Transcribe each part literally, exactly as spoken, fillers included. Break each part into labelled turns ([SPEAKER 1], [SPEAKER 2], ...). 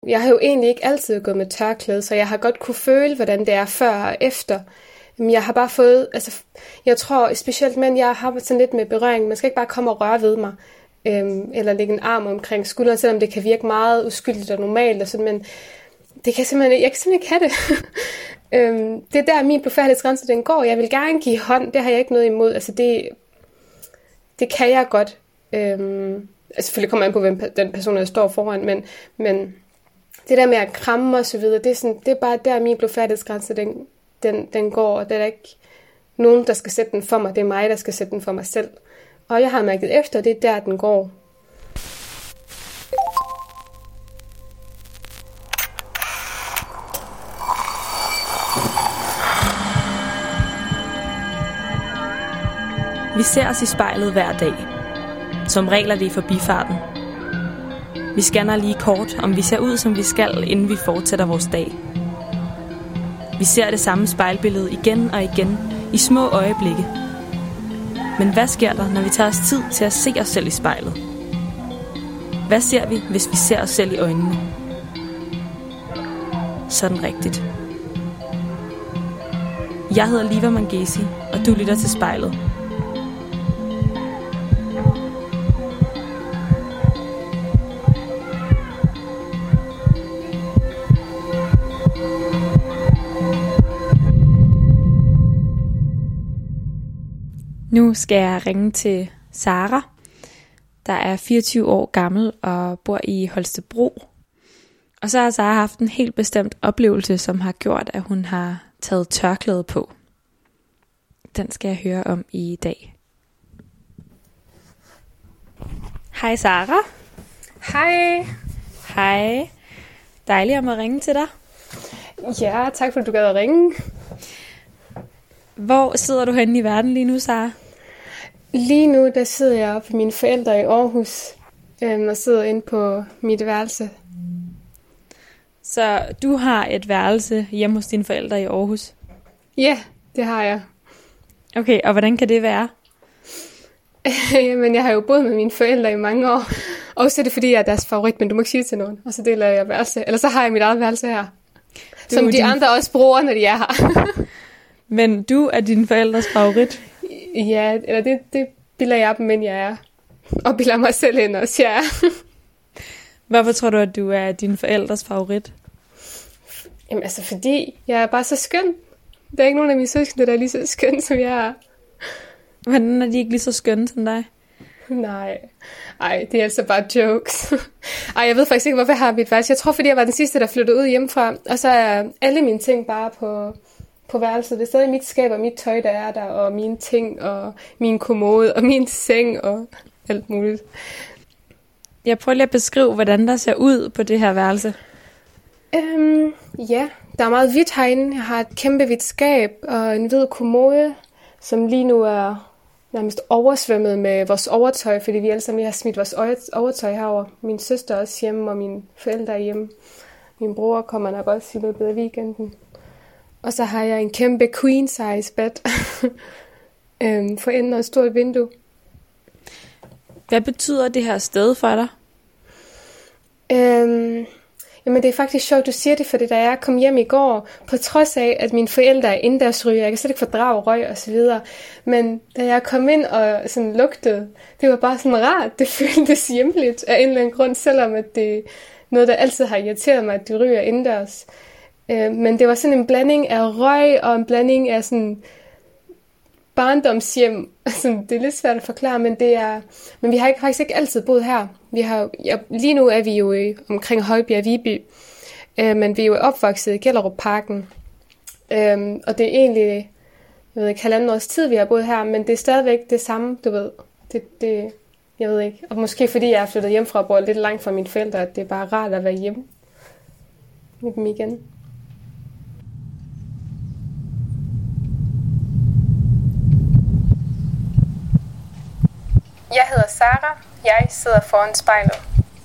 [SPEAKER 1] Jeg har jo egentlig ikke altid gået med tørklæde, så jeg har godt kunne føle, hvordan det er før og efter. Jeg har bare fået, altså, jeg tror specielt mænd, jeg har sådan lidt med berøring. Man skal ikke bare komme og røre ved mig, øhm, eller lægge en arm omkring skulderen, selvom det kan virke meget uskyldigt og normalt, og sådan, men det kan simpelthen, jeg kan simpelthen ikke have det. øhm, det er der, min blufærdighedsgrænse, den går. Jeg vil gerne give hånd, det har jeg ikke noget imod. Altså, det, det kan jeg godt. Øhm, altså, selvfølgelig kommer an på, hvem den person, der står foran, men, men det der med at kramme og så videre, det er, sådan, det er bare der, min blufærdighedsgrænse, den, den, den går, og det er der ikke nogen, der skal sætte den for mig. Det er mig, der skal sætte den for mig selv. Og jeg har mærket efter, det er der, den går.
[SPEAKER 2] Vi ser os i spejlet hver dag. Som regel er det i forbifarten. Vi scanner lige kort, om vi ser ud, som vi skal, inden vi fortsætter vores dag. Vi ser det samme spejlbillede igen og igen, i små øjeblikke. Men hvad sker der, når vi tager os tid til at se os selv i spejlet? Hvad ser vi, hvis vi ser os selv i øjnene? Sådan rigtigt. Jeg hedder Liva Mangesi, og du lytter til Spejlet. Nu skal jeg ringe til Sara, der er fireogtyve år gammel og bor i Holstebro. Og så har Sara haft en helt bestemt oplevelse, som har gjort, at hun har taget tørklæde på. Den skal jeg høre om i dag. Hej Sara.
[SPEAKER 1] Hej.
[SPEAKER 2] Hej. Dejligt at må ringe til dig.
[SPEAKER 1] Ja, tak fordi du gad at ringe.
[SPEAKER 2] Hvor sidder du henne i verden lige nu, Sara?
[SPEAKER 1] Lige nu, der sidder jeg oppe med mine forældre i Aarhus, øhm, og sidder inde på mit værelse.
[SPEAKER 2] Så du har et værelse hjemme hos dine forældre i Aarhus?
[SPEAKER 1] Ja, det har jeg.
[SPEAKER 2] Okay, og hvordan kan det være?
[SPEAKER 1] Jamen, jeg har jo boet med mine forældre i mange år, og så er det fordi, jeg er deres favorit, men du må ikke sige det til nogen. Og så deler jeg værelse, eller så har jeg mit eget værelse her, du, som de din... andre også bruger, når de er her.
[SPEAKER 2] Men du er dine forældres favorit?
[SPEAKER 1] Ja, eller det, det bilder jeg dem, men jeg er. Og bilder mig selv ind også, jeg er.
[SPEAKER 2] Hvorfor tror du, at du er dine forældres favorit?
[SPEAKER 1] Jamen altså, fordi jeg er bare så skøn. Der er ikke nogen af mine søskende, der er lige så skøn, som jeg er.
[SPEAKER 2] Hvordan er de ikke lige så skønne som dig?
[SPEAKER 1] Nej, ej, det er altså bare jokes. Ej, jeg ved faktisk ikke, hvorfor jeg har mit værelse. Jeg tror, fordi jeg var den sidste, der flyttede ud hjemmefra. Og så er alle mine ting bare på... på værelset. Det er stadig mit skab og mit tøj, der er der, og mine ting, og min kommode, og min seng, og alt muligt.
[SPEAKER 2] Jeg prøver lige at beskrive, hvordan der ser ud på det her værelse.
[SPEAKER 1] Øhm, ja, der er meget hvidt herinde. Jeg har et kæmpe hvidt skab, og en hvid kommode, som lige nu er nærmest oversvømmet med vores overtøj, fordi vi alle sammen lige har smidt vores overtøj herover. Min søster er også hjemme, og mine forældre er hjemme. Min bror kommer nok også i løbet af weekenden. Og så har jeg en kæmpe queen size bed øhm, for enden af et stort vindue.
[SPEAKER 2] Hvad betyder det her sted for dig?
[SPEAKER 1] Øhm, jamen det er faktisk sjovt, du siger det, for da jeg kom hjem i går, på trods af, at mine forældre er indendørsryger, jeg kan slet ikke fordrage røg og så videre, men da jeg kom ind og sådan lugtede, det var bare sådan rart, det føltes hjemligt af en eller anden grund, selvom at det er noget, der altid har irriteret mig, at de ryger indendørs. Men det var sådan en blanding af røg og en blanding af sådan barndomshjem. Altså, det er lidt svært at forklare, men det er. Men vi har ikke, faktisk ikke altid boet her. Vi har, ja, lige nu er vi jo i, omkring Højbjerg Viby, øh, men vi er jo opvokset i Gellerupparken. Øh, og det er egentlig, jeg ved ikke, halvanden års tid, vi har boet her, men det er stadigvæk det samme, du ved. Det, det, jeg ved ikke. Og måske fordi jeg er flyttet hjemmefra og bor lidt langt fra mine forældre, at det er bare rart at være hjemme med dem igen. Jeg hedder Sara. Jeg sidder foran spejlet.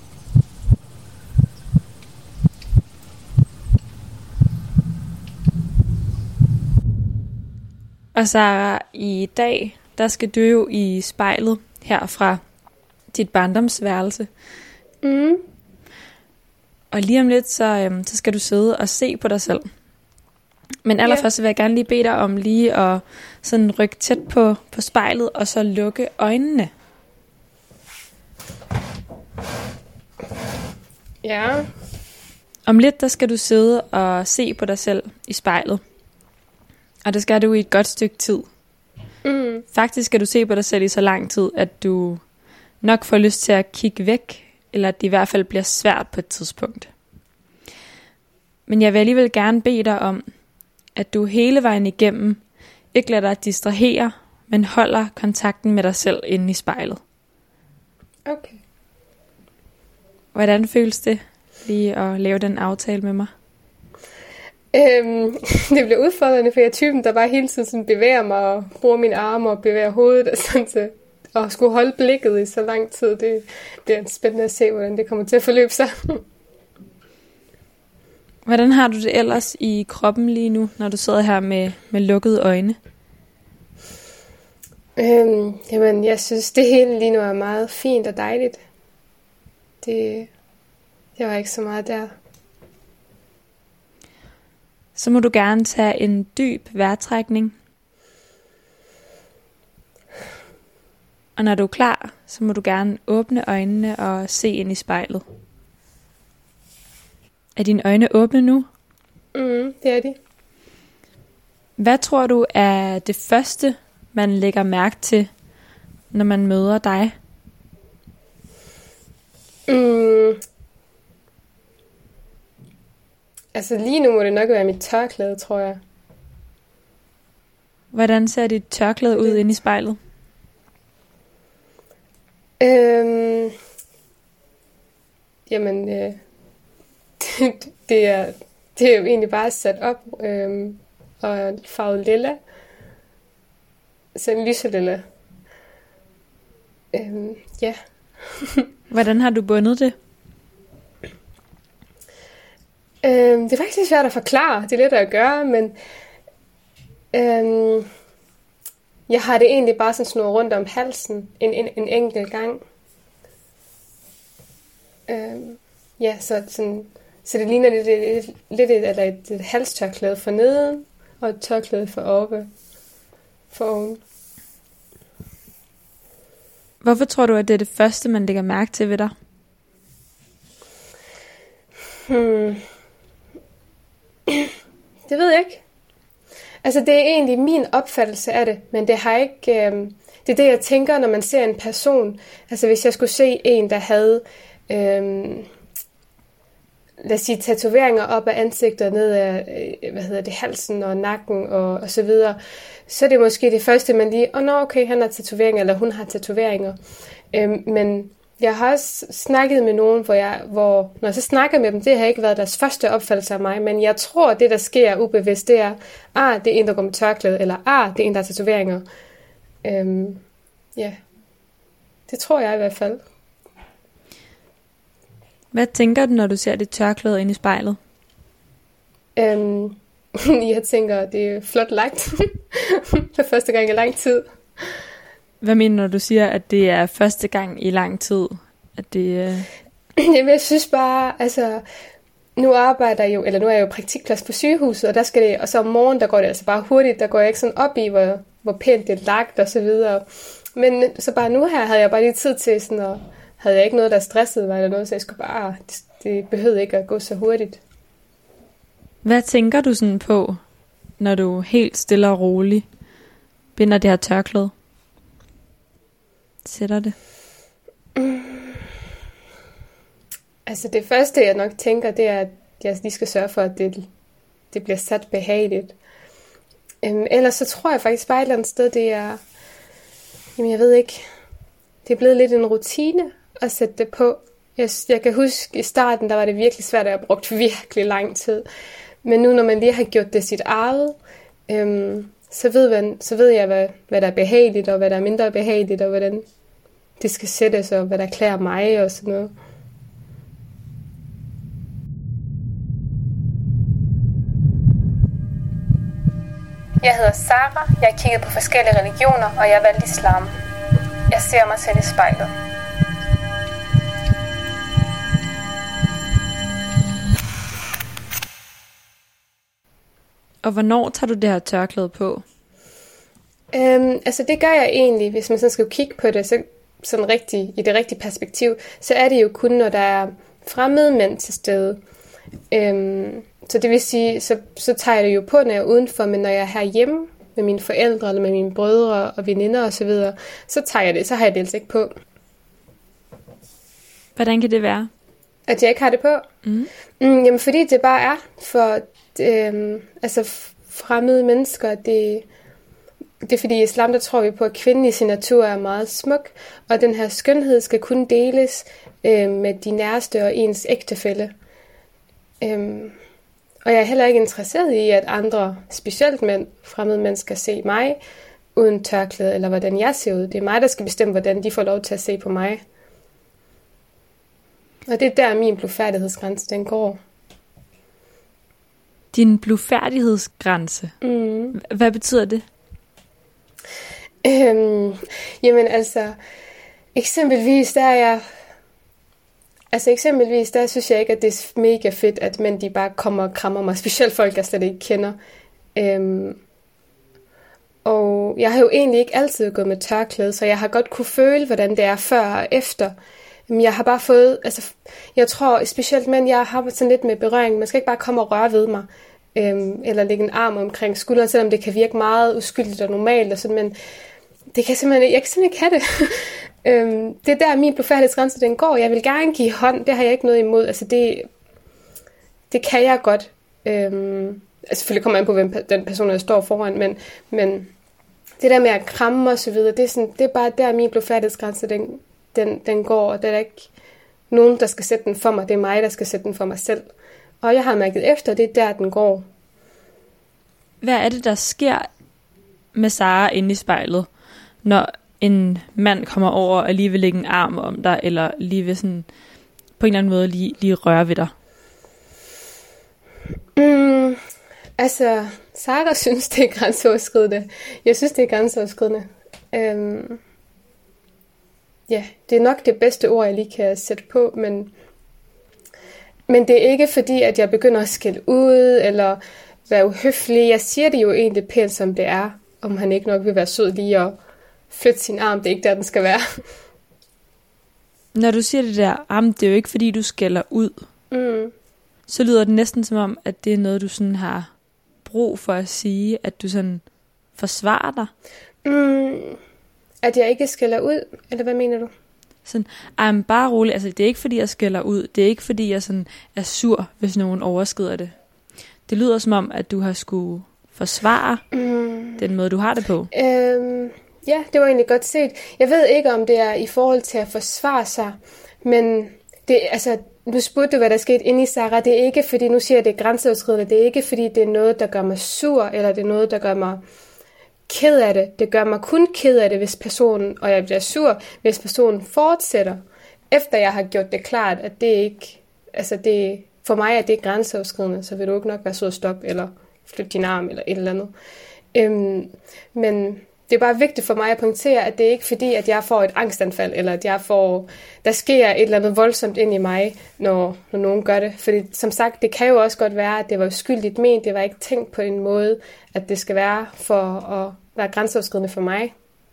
[SPEAKER 2] Og Sara, i dag, der skal du jo i spejlet her fra dit barndomsværelse.
[SPEAKER 1] Mm.
[SPEAKER 2] Og lige om lidt, så, øhm, så skal du sidde og se på dig selv. Men allerførst så vil jeg gerne lige bede dig om lige at sådan rykke tæt på, på spejlet, og så lukke øjnene.
[SPEAKER 1] Ja.
[SPEAKER 2] Om lidt, der skal du sidde og se på dig selv i spejlet. Og det skal du i et godt stykke tid.
[SPEAKER 1] Mm.
[SPEAKER 2] Faktisk skal du se på dig selv i så lang tid, at du nok får lyst til at kigge væk, eller at det i hvert fald bliver svært på et tidspunkt. Men jeg vil alligevel gerne bede dig om, at du hele vejen igennem ikke lader dig distrahere, men holder kontakten med dig selv inde i spejlet.
[SPEAKER 1] Okay.
[SPEAKER 2] Hvordan føles det lige at lave den aftale med mig?
[SPEAKER 1] Øhm, det bliver udfordrende, for jeg er typen, der bare hele tiden sådan bevæger mig og bruger mine arme og bevæger hovedet og sådan til. Og skulle holde blikket i så lang tid, det bliver spændende at se, hvordan det kommer til at forløbe sig.
[SPEAKER 2] Hvordan har du det ellers i kroppen lige nu, når du sidder her med, med lukkede øjne?
[SPEAKER 1] Øhm, jamen, jeg synes, det hele lige nu er meget fint og dejligt. Det, det var ikke så meget der.
[SPEAKER 2] Så må du gerne tage en dyb vejrtrækning. Og når du er klar, så må du gerne åbne øjnene og se ind i spejlet. Er dine øjne åbne nu?
[SPEAKER 1] Mm, det er de.
[SPEAKER 2] Hvad tror du er det første, man lægger mærke til, når man møder dig?
[SPEAKER 1] Mm. Altså lige nu må det nok være mit tørklæde, tror jeg.
[SPEAKER 2] Hvordan ser dit tørklæde ud inde i spejlet?
[SPEAKER 1] Øhm, jamen, øh, det, det, er, det er jo egentlig bare sat op øh, og farvet lilla. Så en lyselilla. Øhm, ja.
[SPEAKER 2] Hvordan har du bundet det?
[SPEAKER 1] Øhm, det er faktisk svært at forklare. Det er let at gøre, men øhm, jeg har det egentlig bare sådan snurret rundt om halsen en, en, en enkelt gang. Øhm, ja, så, sådan, så det ligner lidt, lidt, lidt et, eller et, et halstørklæde for neden, og et tørklæde for oppe, for oven.
[SPEAKER 2] Hvorfor tror du, at det er det første, man lægger mærke til ved dig?
[SPEAKER 1] Hmm. Det ved jeg ikke. Altså, det er egentlig min opfattelse af det, men det har ikke... Øh, det er det, jeg tænker, når man ser en person. Altså, hvis jeg skulle se en, der havde... Øh, lad os sige, tatoveringer op af ansigtet, ned af, øh, hvad hedder det, halsen og nakken og, og så videre, så er det måske det første, man lige... Åh, oh, nå, okay, han har tatoveringer, eller hun har tatoveringer. Øh, men... Jeg har også snakket med nogen, hvor, jeg, hvor når jeg så snakker med dem, det har ikke været deres første opfattelse af mig, men jeg tror, at det, der sker ubevidst, det er, ah, det er en, der går med tørklæde, eller ah, det er en, der har tatoveringer. Øhm, ja, det tror jeg i hvert fald.
[SPEAKER 2] Hvad tænker du, når du ser det tørklæde inde i spejlet?
[SPEAKER 1] Øhm, jeg tænker, det er flot lagt. For første gang i lang tid.
[SPEAKER 2] Hvad mener du, når du siger, at det er første gang i lang tid? At det, øh...
[SPEAKER 1] Jamen, jeg synes bare, altså, nu arbejder jeg jo, eller nu er jeg jo praktikplads på sygehuset, og der skal det, og så om morgenen, der går det altså bare hurtigt, der går jeg ikke sådan op i, hvor, hvor pænt det er lagt og så videre. Men så bare nu her havde jeg bare lige tid til sådan, og havde jeg ikke noget, der stressede mig eller noget, så jeg skulle bare, det, det behøvede ikke at gå så hurtigt.
[SPEAKER 2] Hvad tænker du sådan på, når du helt stille og roligt binder det her tørklæde? Sætter det?
[SPEAKER 1] Mm. Altså det første, jeg nok tænker, det er, at jeg lige skal sørge for, at det, det bliver sat behageligt. Øhm, ellers så tror jeg faktisk bare et eller andet sted, det er, jamen jeg ved ikke, det er blevet lidt en rutine at sætte det på. Jeg, jeg kan huske, i starten, der var det virkelig svært, at jeg brugte virkelig lang tid. Men nu, når man lige har gjort det sit eget, øhm, så, ved man, så ved jeg, hvad, hvad der er behageligt, og hvad der er mindre behageligt, og hvordan det skal sættes, og hvad der klæder mig, og sådan noget. Jeg hedder Sara, jeg har kigget på forskellige religioner, og jeg valgte islam. Jeg ser mig selv i spejlet.
[SPEAKER 2] Og hvornår tager du det her tørklæde på?
[SPEAKER 1] Øhm, altså det gør jeg egentlig, hvis man sådan skal kigge på det så, sådan rigtig, i det rigtige perspektiv, så er det jo kun, når der er fremmede mænd til stede. Øhm, så det vil sige, så, så tager jeg det jo på, når jeg er udenfor, men når jeg er herhjemme med mine forældre, eller med mine brødre og veninder osv., så, videre, så tager jeg det, så har jeg det altså ikke på.
[SPEAKER 2] Hvordan kan det være?
[SPEAKER 1] At jeg ikke har det på?
[SPEAKER 2] Mm.
[SPEAKER 1] Mm, jamen fordi det bare er for øhm, altså fremmede mennesker, det Det er fordi i islam, der tror vi på, at kvinden i sin natur er meget smuk, og den her skønhed skal kun deles øh, med de næreste og ens ægtefælle. Øhm, og jeg er heller ikke interesseret i, at andre, specielt mænd, fremmede mænd, skal se mig uden tørklæde, eller hvordan jeg ser ud. Det er mig, der skal bestemme, hvordan de får lov til at se på mig. Og det er der, min blufærdighedsgrænse, den går.
[SPEAKER 2] Din blufærdighedsgrænse? Mm. Hvad betyder det?
[SPEAKER 1] Øhm, jamen altså, eksempelvis der er jeg, altså eksempelvis der synes jeg ikke, at det er mega fedt, at mænd de bare kommer og krammer mig, specielt folk, jeg slet ikke kender. Øhm, og jeg har jo egentlig ikke altid gået med tørklæde, så jeg har godt kunne føle, hvordan det er før og efter. Men jeg har bare fået, altså jeg tror specielt mænd, jeg har sådan lidt med berøring, man skal ikke bare komme og røre ved mig. Øhm, eller lægge en arm omkring skulderen, selvom det kan virke meget uskyldigt og normalt, og sådan, men det kan simpelthen, jeg kan simpelthen ikke have det. øhm, det er der, min blufærdighedsgrænse, den går. Jeg vil gerne give hånd, det har jeg ikke noget imod. Altså det, det kan jeg godt. Øhm, altså selvfølgelig kommer an på, hvem den person, der står foran, men, men det der med at kramme og så videre, det er, sådan, det er bare der, min blufærdighedsgrænse, den, den, den går, og der er ikke nogen, der skal sætte den for mig. Det er mig, der skal sætte den for mig selv. Og jeg har mærket efter, det er der, den går.
[SPEAKER 2] Hvad er det, der sker med Sara inde i spejlet, når en mand kommer over og lige vil lægge en arm om dig, eller lige vil sådan, på en eller anden måde lige, lige røre ved dig?
[SPEAKER 1] Mm, altså, Sara synes, det er grænseoverskridende. Jeg synes, det er grænseoverskridende. Øhm, ja, det er nok det bedste ord, jeg lige kan sætte på, men... Men det er ikke fordi, at jeg begynder at skælde ud, eller være uhøflig. Jeg siger det jo egentlig pænt, som det er. Om han ikke nok vil være sød lige at flytte sin arm. Det er ikke der, den skal være.
[SPEAKER 2] Når du siger det der, arm, det er jo ikke fordi, du skælder ud.
[SPEAKER 1] Mm.
[SPEAKER 2] Så lyder det næsten som om, at det er noget, du sådan har brug for at sige, at du sådan forsvarer dig.
[SPEAKER 1] Mm. At jeg ikke skælder ud, eller hvad mener du?
[SPEAKER 2] Sådan, I'm bare rolig. Altså, det er ikke fordi, jeg skælder ud. Det er ikke fordi, jeg sådan er sur, hvis nogen overskrider det. Det lyder som om, at du har skulle forsvare mm. den måde, du har det på.
[SPEAKER 1] Øhm, ja, det var egentlig godt set. Jeg ved ikke, om det er i forhold til at forsvare sig, men det, altså, nu spurgte du, hvad der skete inde i Sara. Det er ikke fordi, nu siger jeg, det er grænseoverskridende. Det er ikke fordi, det er noget, der gør mig sur, eller det er noget, der gør mig ked af det. Det gør mig kun ked af det, hvis personen, og jeg bliver sur, hvis personen fortsætter, efter jeg har gjort det klart, at det ikke, altså det, for mig er det grænseoverskridende, så vil du ikke nok være sød at stoppe, eller flytte din arm, eller et eller andet. Øhm, men det er bare vigtigt for mig at pointere, at det er ikke fordi, at jeg får et angstanfald, eller at jeg får, der sker et eller andet voldsomt ind i mig, når, når nogen gør det. Fordi som sagt, det kan jo også godt være, at det var uskyldigt ment, det var ikke tænkt på en måde, at det skal være for at være grænseoverskridende for mig.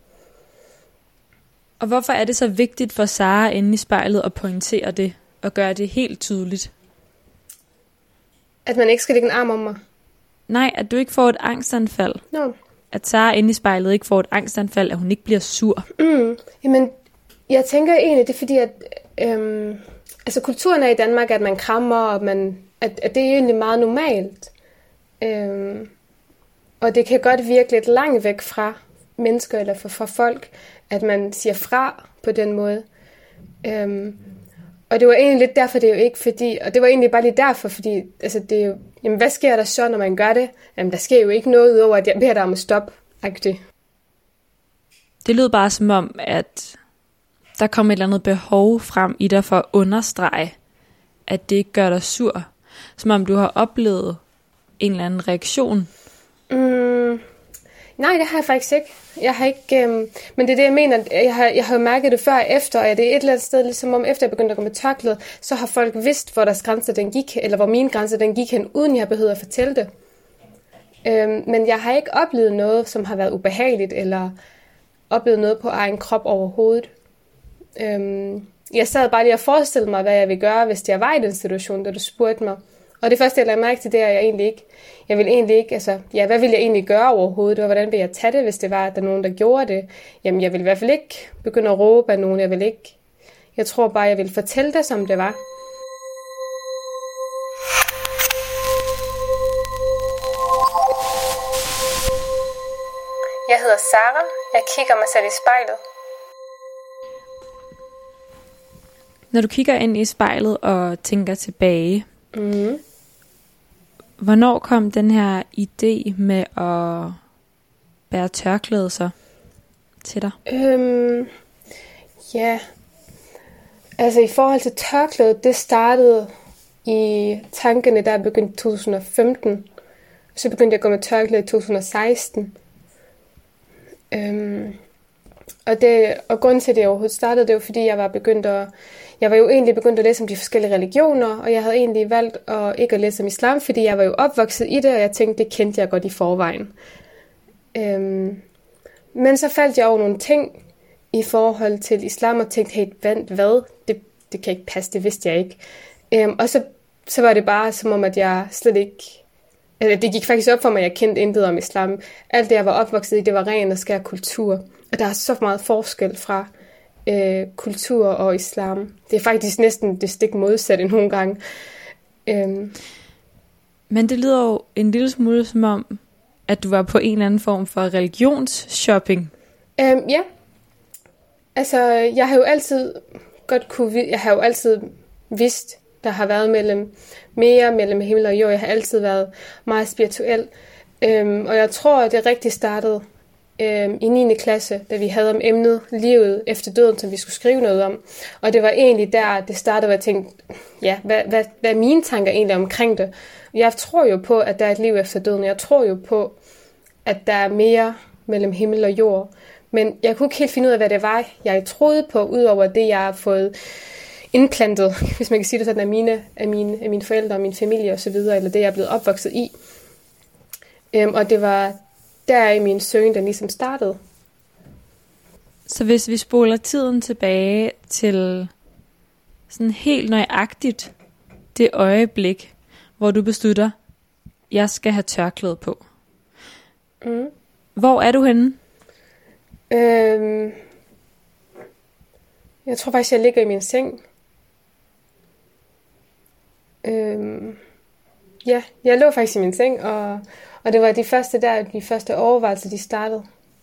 [SPEAKER 2] Og hvorfor er det så vigtigt for Sara inde i spejlet at pointere det, og gøre det helt tydeligt?
[SPEAKER 1] At man ikke skal lægge en arm om mig?
[SPEAKER 2] Nej, at du ikke får et angstanfald.
[SPEAKER 1] No.
[SPEAKER 2] At Sara inde i spejlet ikke får et angstanfald, at hun ikke bliver sur.
[SPEAKER 1] Mm, jamen, jeg tænker egentlig, det er fordi, at øhm, altså, kulturen er i Danmark, at man krammer, og man, at, at det er egentlig meget normalt. Øhm, og det kan godt virke lidt langt væk fra mennesker, eller fra, fra folk, at man siger fra på den måde. Øhm, og det var egentlig lidt derfor, det er jo ikke fordi, og det var egentlig bare lige derfor, fordi, altså det er jo, jamen hvad sker der så, når man gør det? Jamen der sker jo ikke noget udover, at jeg beder dig om at stoppe. -agtigt.
[SPEAKER 2] Det lød bare som om, at der kom et eller andet behov frem i dig for at understrege, at det ikke gør dig sur. Som om du har oplevet en eller anden reaktion.
[SPEAKER 1] Mm, nej, det har jeg faktisk ikke. Jeg har ikke, øhm, men det er det, jeg mener. Jeg har, jeg har mærket det før og efter, og det er et eller andet sted, ligesom om efter jeg begyndte at gå med tørklæde, så har folk vidst, hvor deres grænse den gik, eller hvor min grænse den gik hen, uden jeg har behøvet at fortælle det. Øhm, men jeg har ikke oplevet noget, som har været ubehageligt, eller oplevet noget på egen krop overhovedet. Øhm, jeg sad bare lige og forestillede mig, hvad jeg ville gøre, hvis jeg var i den situation, da du spurgte mig. Og det første, jeg lagde mærke til, det er, at jeg egentlig ikke, jeg vil egentlig ikke, altså, ja, hvad vil jeg egentlig gøre overhovedet, og hvordan vil jeg tage det, hvis det var, at der er nogen, der gjorde det? Jamen, jeg vil i hvert fald ikke begynde at råbe af nogen, jeg vil ikke, jeg tror bare, jeg vil fortælle det, som det var. Jeg hedder Sara, jeg kigger mig selv i spejlet.
[SPEAKER 2] Når du kigger ind i spejlet og tænker tilbage,
[SPEAKER 1] Mm.
[SPEAKER 2] hvornår kom den her idé med at bære tørklæde så til dig?
[SPEAKER 1] Øhm, ja, altså i forhold til tørklædet, det startede i tankerne, der begyndte i to tusind og femten. Så begyndte jeg at gå med tørklæde i to tusind og seksten. Øhm, og, det, og grunden til, at det overhovedet startede, det var, fordi jeg var begyndt at Jeg var jo egentlig begyndt at læse om de forskellige religioner, og jeg havde egentlig valgt at ikke at læse om islam, fordi jeg var jo opvokset i det, og jeg tænkte, det kendte jeg godt i forvejen. Øhm, men så faldt jeg over nogle ting i forhold til islam, og tænkte, hey, hvad? Det, det kan ikke passe, det vidste jeg ikke. Øhm, og så, så var det bare som om, at jeg slet ikke... Altså, det gik faktisk op for mig, at jeg kendte intet om islam. Alt det, jeg var opvokset i, det var ren og skær kultur. Og der er så meget forskel fra Øh, kultur og islam. Det er faktisk næsten det stik modsatte nogle gange. Øhm.
[SPEAKER 2] Men det lyder jo en lille smule som om, at du var på en eller anden form for religionsshopping.
[SPEAKER 1] Øhm, ja. Altså, jeg har jo altid godt kunne, jeg har jo altid vidst, der har været mellem mere mellem himmel og jord. Jeg har altid været meget spirituel. Øhm, og jeg tror, at det rigtig startede i niende klasse, da vi havde om emnet livet efter døden, som vi skulle skrive noget om. Og det var egentlig der, det startede, hvor jeg tænkte, ja, hvad, hvad, hvad er mine tanker egentlig omkring det? Jeg tror jo på, at der er et liv efter døden. Jeg tror jo på, at der er mere mellem himmel og jord. Men jeg kunne ikke helt finde ud af, hvad det var, jeg troede på, udover det, jeg har fået indplantet, hvis man kan sige det sådan, af mine, af mine, af mine forældre og min familie osv., eller det, jeg er blevet opvokset i. Øhm, og det var der er i min søgen, der ligesom startede.
[SPEAKER 2] Så hvis vi spoler tiden tilbage til sådan helt nøjagtigt det øjeblik, hvor du beslutter, jeg skal have tørklæde på.
[SPEAKER 1] Mm.
[SPEAKER 2] Hvor er du henne?
[SPEAKER 1] Øhm, jeg tror faktisk, jeg ligger i min seng. Øhm, ja, jeg lå faktisk i min seng, og Og det var de første der, de første overvejelser, de startede.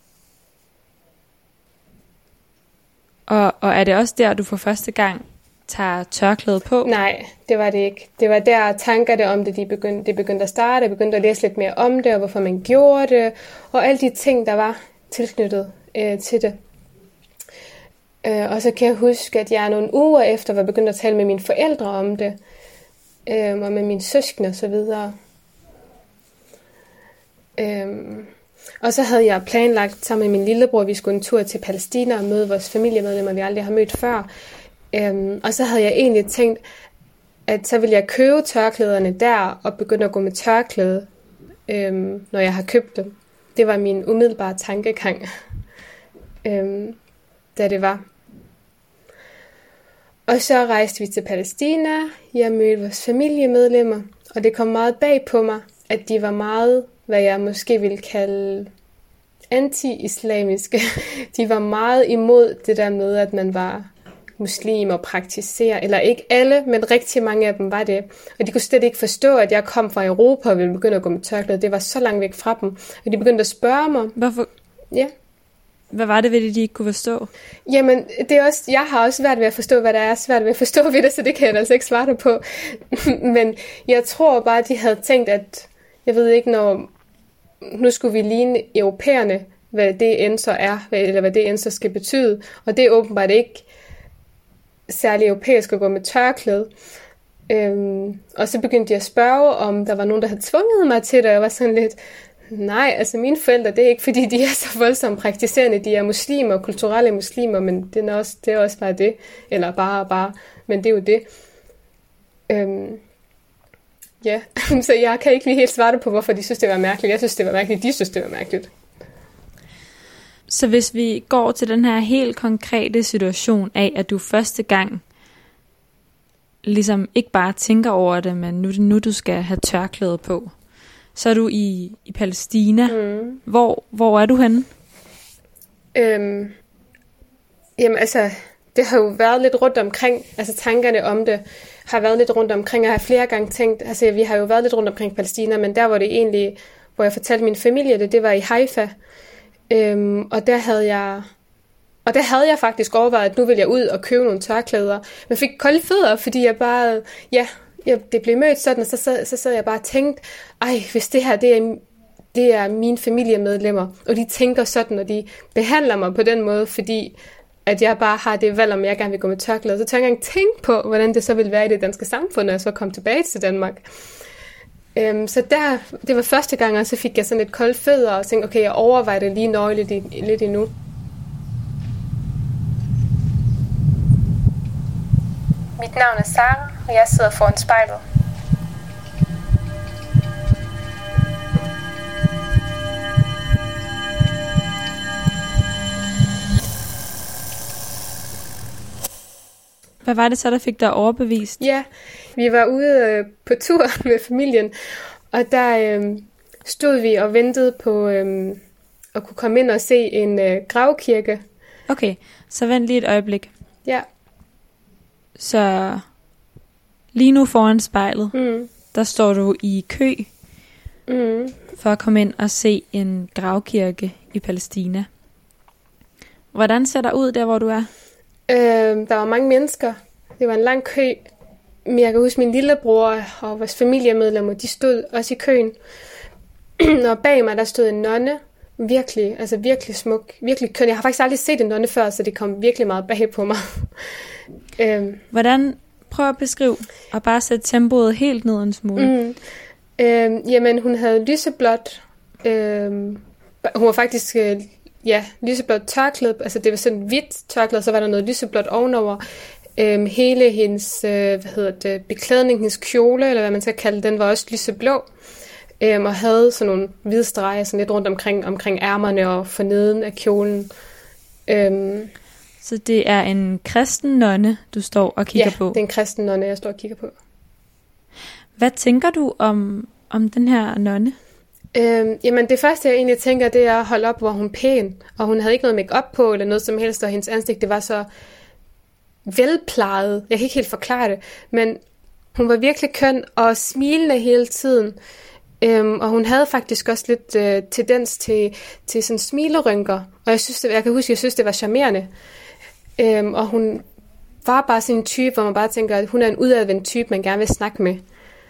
[SPEAKER 2] Og, og er det også der, du for første gang tager tørklæde på?
[SPEAKER 1] Nej, det var det ikke. Det var der tankerne om det, de begyndte, de begyndte at starte. Jeg begyndte at læse lidt mere om det, og hvorfor man gjorde det. Og alle de ting, der var tilknyttet øh, til det. Øh, og så kan jeg huske, at jeg nogle uger efter var begyndt at tale med mine forældre om det. Øh, og med mine søskende og så videre. Øhm, og så havde jeg planlagt sammen med min lillebror, at vi skulle en tur til Palæstina og møde vores familiemedlemmer, vi aldrig har mødt før. Øhm, og så havde jeg egentlig tænkt, at så ville jeg købe tørklæderne der og begynde at gå med tørklæde, øhm, når jeg har købt dem. Det var min umiddelbare tankegang, øhm, da det var. Og så rejste vi til Palæstina. Jeg mødte vores familiemedlemmer, og det kom meget bag på mig, at de var meget, hvad jeg måske ville kalde anti-islamiske. De var meget imod det der med, at man var muslim og praktiserer, eller ikke alle, men rigtig mange af dem var det. Og de kunne slet ikke forstå, at jeg kom fra Europa og ville begynde at gå med tørklæde. Det var så langt væk fra dem. Og de begyndte at spørge mig.
[SPEAKER 2] Hvorfor?
[SPEAKER 1] Ja.
[SPEAKER 2] Hvad var det ved det, de ikke kunne forstå?
[SPEAKER 1] Jamen, det er også, jeg har også svært ved at forstå, hvad der er svært ved at forstå ved det, så det kan jeg altså ikke svare dig på. Men jeg tror bare, at de havde tænkt, at jeg ved ikke, når nu skulle vi ligne europæerne, hvad det end så er, eller hvad det end så skal betyde. Og det er åbenbart ikke særlig europæisk at gå med tørklæde. Øhm, og så begyndte de at spørge, om der var nogen, der havde tvunget mig til det, og jeg var sådan lidt, nej, altså mine forældre, det er ikke fordi, de er så voldsomt praktiserende, de er muslimer, kulturelle muslimer, men det er også, det er også bare det, eller bare bare, men det er jo det. Øhm, Ja, så jeg kan ikke lige helt svare på, hvorfor de synes, det var mærkeligt. Jeg synes, det var mærkeligt. De synes, det var mærkeligt.
[SPEAKER 2] Så hvis vi går til den her helt konkrete situation af, at du første gang ligesom ikke bare tænker over det, men nu, nu du skal have tørklæde på, så er du i, i Palæstina. Mm. Hvor, hvor er du henne?
[SPEAKER 1] Øhm, jamen altså, det har jo været lidt rundt omkring, altså tankerne om det har været lidt rundt omkring, og jeg har flere gange tænkt, altså vi har jo været lidt rundt omkring Palæstina, men der var det egentlig, hvor jeg fortalte min familie det, det var i Haifa, øhm, og der havde jeg, og der havde jeg faktisk overvejet, at nu ville jeg ud og købe nogle tørklæder, men fik kolde fødder, fordi jeg bare, ja, jeg, det blev mødt sådan, og så sad, så sad jeg bare og tænkte, ej, hvis det her, det er, det er mine familiemedlemmer, og de tænker sådan, og de behandler mig på den måde, fordi at jeg bare har det valg, om jeg gerne vil gå med tørklæde. Så tør jeg ikke engang tænke på, hvordan det så ville være i det danske samfund, når jeg så kom tilbage til Danmark. Øhm, så der, det var første gang, og så fik jeg sådan et koldt fødder, og tænkte, okay, jeg overvejer det lige nøje lidt, lidt endnu. Mit navn er Sara, og jeg sidder foran spejlet.
[SPEAKER 2] Hvad var det så, der fik dig overbevist?
[SPEAKER 1] Ja, vi var ude øh, på tur med familien, og der øh, stod vi og ventede på øh, at kunne komme ind og se en øh, gravkirke.
[SPEAKER 2] Okay, så vent lige et øjeblik.
[SPEAKER 1] Ja.
[SPEAKER 2] Så lige nu foran spejlet,
[SPEAKER 1] mm.
[SPEAKER 2] der står du i kø
[SPEAKER 1] mm.
[SPEAKER 2] for at komme ind og se en gravkirke i Palæstina. Hvordan ser der ud der, hvor du er?
[SPEAKER 1] Øh, der var mange mennesker. Det var en lang kø. Men jeg kan huske, min lillebror og vores familiemedlemmer, de stod også i køen. Og bag mig, der stod en nonne. Virkelig, altså virkelig smuk. Virkelig køn. Jeg har faktisk aldrig set en nonne før, så det kom virkelig meget bag på mig. øh.
[SPEAKER 2] Hvordan, prøv at beskrive, og bare sætte tempoet helt ned en smule.
[SPEAKER 1] Mm. Øh, jamen, hun havde lyseblåt. Øh, hun var faktisk... Øh, Ja, lyseblåt tørklæde, altså det var sådan hvidt tørklæde, så var der noget lyseblåt ovenover. Øhm, hele hendes, øh, hvad hedder det, beklædning, hendes kjole, eller hvad man skal kalde den, var også lyseblå. Øhm, og havde sådan nogle hvide streger sådan lidt rundt omkring, omkring ærmerne og forneden af kjolen. Øhm,
[SPEAKER 2] så det er en kristen nonne, du står og kigger
[SPEAKER 1] ja,
[SPEAKER 2] på?
[SPEAKER 1] Ja, det er en kristen nonne, jeg står og kigger på.
[SPEAKER 2] Hvad tænker du om, om den her nonne?
[SPEAKER 1] Øhm, jamen det første jeg egentlig tænker, det er at holde op, hvor hun er pæn, og hun havde ikke noget make-up på eller noget som helst, og hendes ansigt det var så velplejet. Jeg kan ikke helt forklare det, men hun var virkelig køn og smilende hele tiden, øhm, og hun havde faktisk også lidt øh, tendens til, til sådan smilerynker, og jeg synes, det, jeg kan huske, jeg synes det var charmerende, øhm, og hun var bare sådan en type, hvor man bare tænker, at hun er en udadvendt type, man gerne vil snakke med.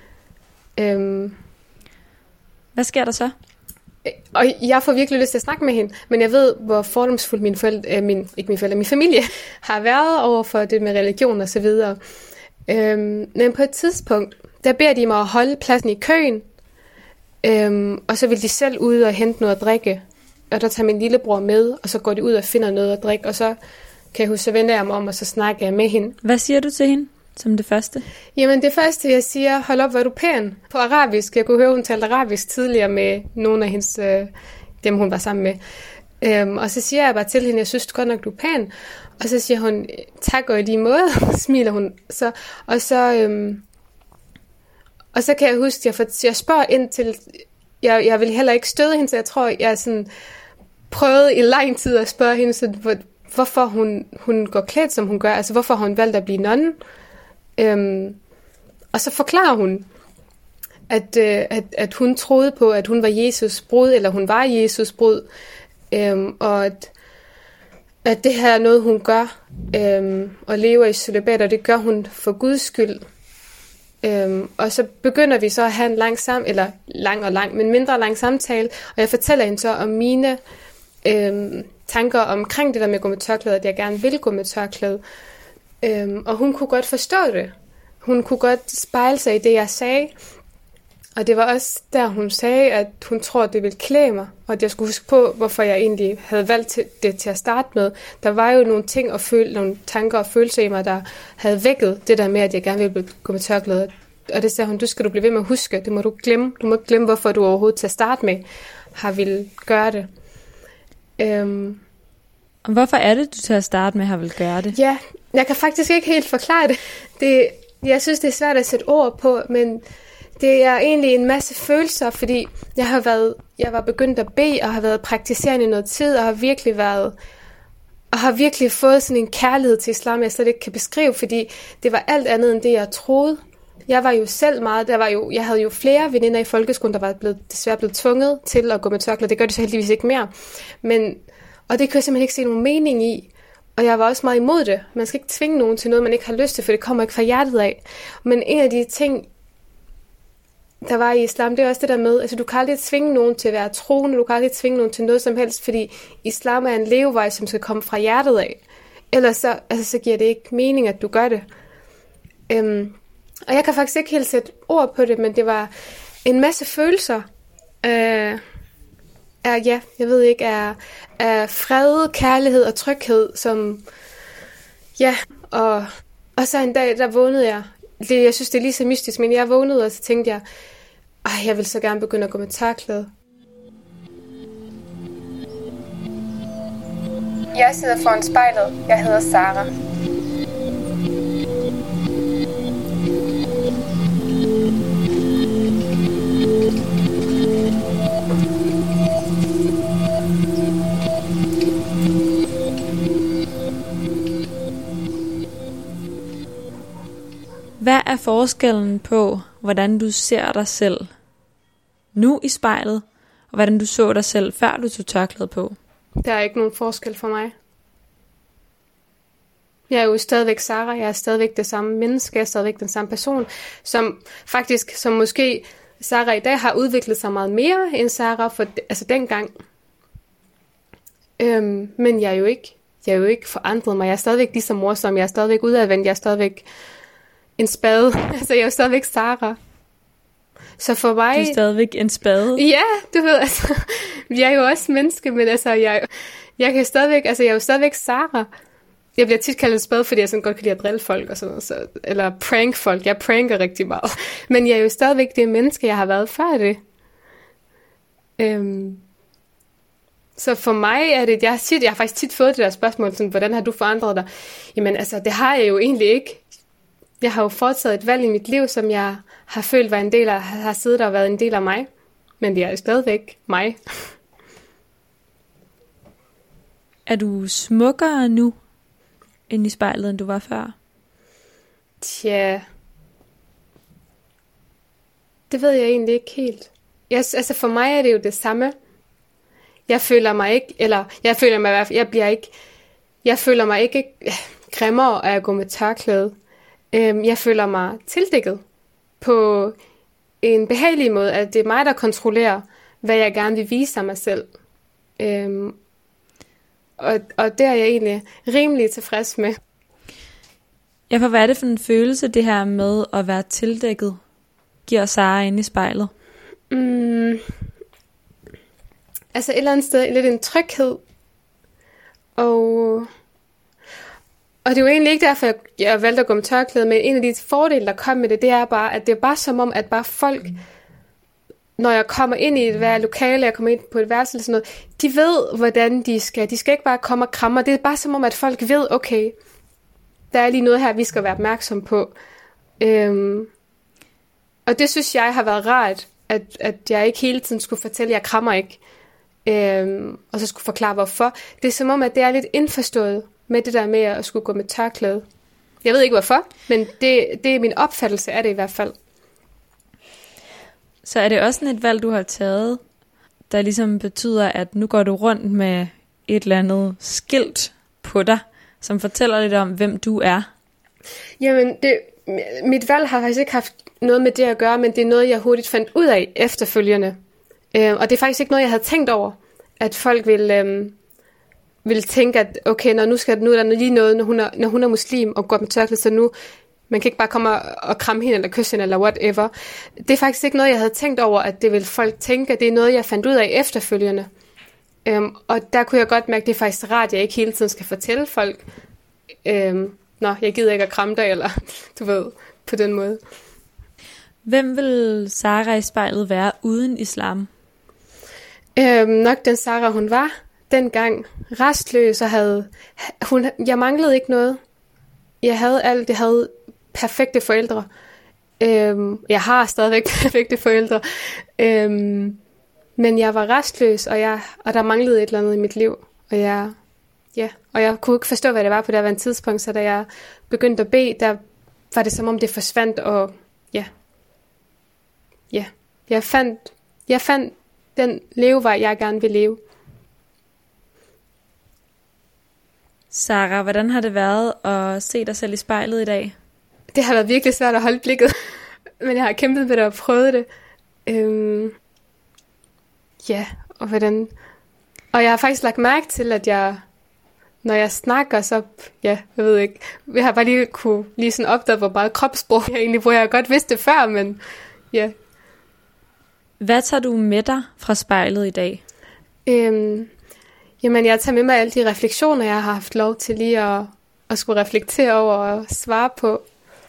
[SPEAKER 1] Øhm,
[SPEAKER 2] Hvad sker der så?
[SPEAKER 1] Og jeg får virkelig lyst til at snakke med hende, men jeg ved, hvor fordomsfuld min forældre, øh, min, ikke min forældre, min familie har været over for det med religion og så videre. Øhm, men på et tidspunkt, der beder de mig at holde pladsen i køen, øhm, og så vil de selv ud og hente noget at drikke. Og der tager min lillebror med, og så går de ud og finder noget at drikke, og så kan jeg huske, så vender jeg mig om, og så snakker jeg med hende.
[SPEAKER 2] Hvad siger du til hende? Som det første?
[SPEAKER 1] Jamen det første, jeg siger, hold op, hvor er du pæn. På arabisk. Jeg kunne høre, hun talte arabisk tidligere med nogle af hendes, øh, dem hun var sammen med. Øhm, og så siger jeg bare til hende, jeg synes godt nok, du er pæn. Og så siger hun, tak og i lige måde. Smiler hun. Så, og, så, øhm, og så kan jeg huske, jeg, for, jeg spørger ind til, jeg, jeg vil heller ikke støde hende, så jeg tror, jeg sådan prøvede i lang tid at spørge hende, så, hvor, hvorfor hun, hun går klædt, som hun gør. Altså hvorfor hun valgte at blive nonne. Øhm, og så forklarer hun, at, øh, at, at hun troede på, at hun var Jesus brud, eller hun var Jesus brud, øhm, og at, at det her er noget, hun gør, øhm, og lever i cølibat, og det gør hun for Guds skyld. Øhm, og så begynder vi så at have en lang sam, eller lang og lang, men mindre lang samtale, og jeg fortæller hende så om mine øhm, tanker omkring det der med at gå med tørklæde, at jeg gerne vil gå med tørklæde. Øhm, og hun kunne godt forstå det. Hun kunne godt spejle sig i det, jeg sagde. Og det var også der, hun sagde, at hun tror, at det ville klæde mig. Og at jeg skulle huske på, hvorfor jeg egentlig havde valgt det til at starte med. Der var jo nogle ting og føle, nogle tanker og følelser i mig, der havde vækket det der med, at jeg gerne ville gå med tørklæde. og det sagde hun, du skal du blive ved med at huske, det må du glemme. Du må ikke glemme, hvorfor du overhovedet til at starte med har ville gøre det. Øhm,
[SPEAKER 2] og hvorfor er det, du til at starte med har vil gøre det?
[SPEAKER 1] Ja, jeg kan faktisk ikke helt forklare det. det. Jeg synes, det er svært at sætte ord på, men det er egentlig en masse følelser, fordi jeg har været, jeg var begyndt at bede, og har været praktiserende i noget tid, og har virkelig været, og har virkelig fået sådan en kærlighed til islam, jeg slet ikke kan beskrive, fordi det var alt andet end det, jeg troede. Jeg var jo selv meget, der var jo, jeg havde jo flere veninder i folkeskolen, der var blevet, desværre blevet tvunget til at gå med tørklæde. Det gør de så heldigvis ikke mere. Men, og det kunne jeg simpelthen ikke se nogen mening i. Og jeg var også meget imod det. Man skal ikke tvinge nogen til noget, man ikke har lyst til, for det kommer ikke fra hjertet af. Men en af de ting, der var i islam, det er også det der med, altså du kan aldrig tvinge nogen til at være troende, du kan aldrig tvinge nogen til noget som helst, fordi islam er en levevej, som skal komme fra hjertet af. Ellers så, altså, så giver det ikke mening, at du gør det. Øhm, og jeg kan faktisk ikke helt sætte ord på det, men det var en masse følelser. Øh, er, ja, jeg ved ikke, er, er fred, kærlighed og tryghed, som, ja, og, og så en dag, der vågnede jeg. Det, jeg synes, det er lige så mystisk, men jeg vågnede, og så tænkte jeg, ej, jeg vil så gerne begynde at gå med tørklæde. Jeg sidder foran spejlet. Jeg hedder Sara.
[SPEAKER 2] Hvad er forskellen på, hvordan du ser dig selv nu i spejlet, og hvordan du så dig selv, før du tog tørklæde på?
[SPEAKER 1] Der er ikke nogen forskel for mig. Jeg er jo stadigvæk Sara, jeg er stadigvæk det samme menneske, jeg er stadigvæk den samme person, som faktisk, som måske Sara i dag har udviklet sig meget mere end Sara for altså dengang. Øhm, men jeg er jo ikke, jeg er jo ikke forandret mig. Jeg er stadigvæk ligesom morsom, jeg er stadigvæk udadvendt, jeg er stadigvæk en spade. Altså, jeg er jo stadigvæk Sara. Så for mig...
[SPEAKER 2] Du er stadigvæk en spade?
[SPEAKER 1] Ja, du ved, altså... Jeg er jo også menneske, men altså, jeg, jeg kan stadigvæk... Altså, jeg er jo stadigvæk Sara. Jeg bliver tit kaldt en spade, fordi jeg sådan godt kan lide at drille folk og sådan noget. Så, eller prank folk. Jeg pranker rigtig meget. Men jeg er jo stadigvæk det menneske, jeg har været før det. Øhm... Så for mig er det... Jeg har, tit, jeg har faktisk tit fået det der spørgsmål, sådan, hvordan har du forandret dig? Jamen, altså, det har jeg jo egentlig ikke. Jeg har jo foretaget et valg i mit liv, som jeg har følt var en del af, har siddet der og været en del af mig. Men det er jo stadigvæk mig.
[SPEAKER 2] Er du smukkere nu, end i spejlet, end du var før?
[SPEAKER 1] Tja. Det ved jeg egentlig ikke helt. Jeg, altså for mig er det jo det samme. Jeg føler mig ikke, eller jeg føler mig i hvert fald, jeg bliver ikke, jeg føler mig ikke grimmere af at gå med tørklæde. Jeg føler mig tildækket på en behagelig måde, at det er mig, der kontrollerer, hvad jeg gerne vil vise af mig selv. Øhm, og, og det er jeg egentlig rimelig tilfreds med.
[SPEAKER 2] Ja, for hvad er det for en følelse, det her med at være tildækket, giver Sara inde i spejlet?
[SPEAKER 1] Mm, altså et eller andet sted lidt en tryghed. Og... Og det er jo egentlig ikke derfor, jeg valgte at gå med tørklæde, men en af de fordele, der kom med det, det er bare, at det er bare som om, at bare folk, når jeg kommer ind i et hver lokale, jeg kommer ind på et værelse eller sådan noget, de ved, hvordan de skal. De skal ikke bare komme og kramme. Det er bare som om, at folk ved, okay, der er lige noget her, vi skal være opmærksom på. Øhm, og det synes jeg har været rart, at, at jeg ikke hele tiden skulle fortælle, at jeg krammer ikke. Øhm, og så skulle forklare, hvorfor. Det er som om, at det er lidt indforstået med det der med at skulle gå med tørklæde. Jeg ved ikke hvorfor, men det, det er min opfattelse af det i hvert fald.
[SPEAKER 2] Så er det også sådan et valg, du har taget, der ligesom betyder, at nu går du rundt med et eller andet skilt på dig, som fortæller lidt om, hvem du er?
[SPEAKER 1] Jamen, det, mit valg har faktisk ikke haft noget med det at gøre, men det er noget, jeg hurtigt fandt ud af efterfølgende. Øh, og det er faktisk ikke noget, jeg havde tænkt over, at folk vil... Øh, vil tænke, at okay, når nu, skal, nu er der lige noget, når hun er, når hun er muslim og går med tørklæde, så nu, man kan ikke bare komme og, og kramme hende, eller kysse hende, eller whatever. Det er faktisk ikke noget, jeg havde tænkt over, at det vil folk tænke, det er noget, jeg fandt ud af efterfølgende. Øhm, og der kunne jeg godt mærke, at det er faktisk rart, at jeg ikke hele tiden skal fortælle folk, øhm, nå, jeg gider ikke at kramme dig, eller du ved, på den måde.
[SPEAKER 2] Hvem vil Sara i spejlet være uden islam?
[SPEAKER 1] Øhm, nok den Sara, hun var dengang. Restløs og havde... Hun, jeg manglede ikke noget. Jeg havde alt. Jeg havde perfekte forældre. Øhm, jeg har stadigvæk perfekte forældre. Øhm, men jeg var restløs, og, jeg, og der manglede et eller andet i mit liv. Og jeg, ja, og jeg kunne ikke forstå, hvad det var på det her tidspunkt, så da jeg begyndte at bede, der var det som om det forsvandt, og ja, ja, jeg fandt, jeg fandt den levevej, jeg gerne vil leve.
[SPEAKER 2] Sara, hvordan har det været at se dig selv i spejlet i dag?
[SPEAKER 1] Det har været virkelig svært at holde blikket, men jeg har kæmpet med det og prøvet det. Øhm, ja, og hvordan... Og jeg har faktisk lagt mærke til, at jeg, når jeg snakker, så, ja, jeg ved ikke, jeg har bare lige kunne lige sådan opdage, hvor meget kropssprog jeg egentlig bruger. Jeg har godt vidst det før, men ja.
[SPEAKER 2] Hvad tager du med dig fra spejlet i dag?
[SPEAKER 1] Øhm, jamen, jeg tager med mig alle de refleksioner, jeg har haft lov til lige at, at skulle reflektere over og svare på.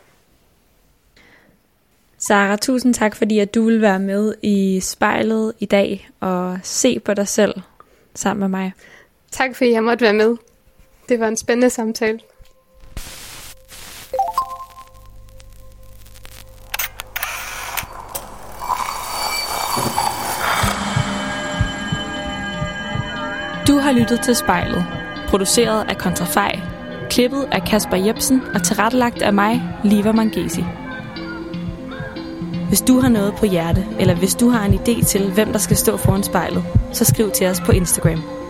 [SPEAKER 2] Sara, tusind tak, fordi at du vil være med i spejlet i dag og se på dig selv sammen med mig.
[SPEAKER 1] Tak fordi jeg måtte være med. Det var en spændende samtale.
[SPEAKER 2] Du har lyttet til Spejlet, produceret af Kontrafej, klippet af Kasper Jebsen og tilrettelagt af mig, Liva Mangesi. Hvis du har noget på hjerte, eller hvis du har en idé til, hvem der skal stå foran spejlet, så skriv til os på Instagram.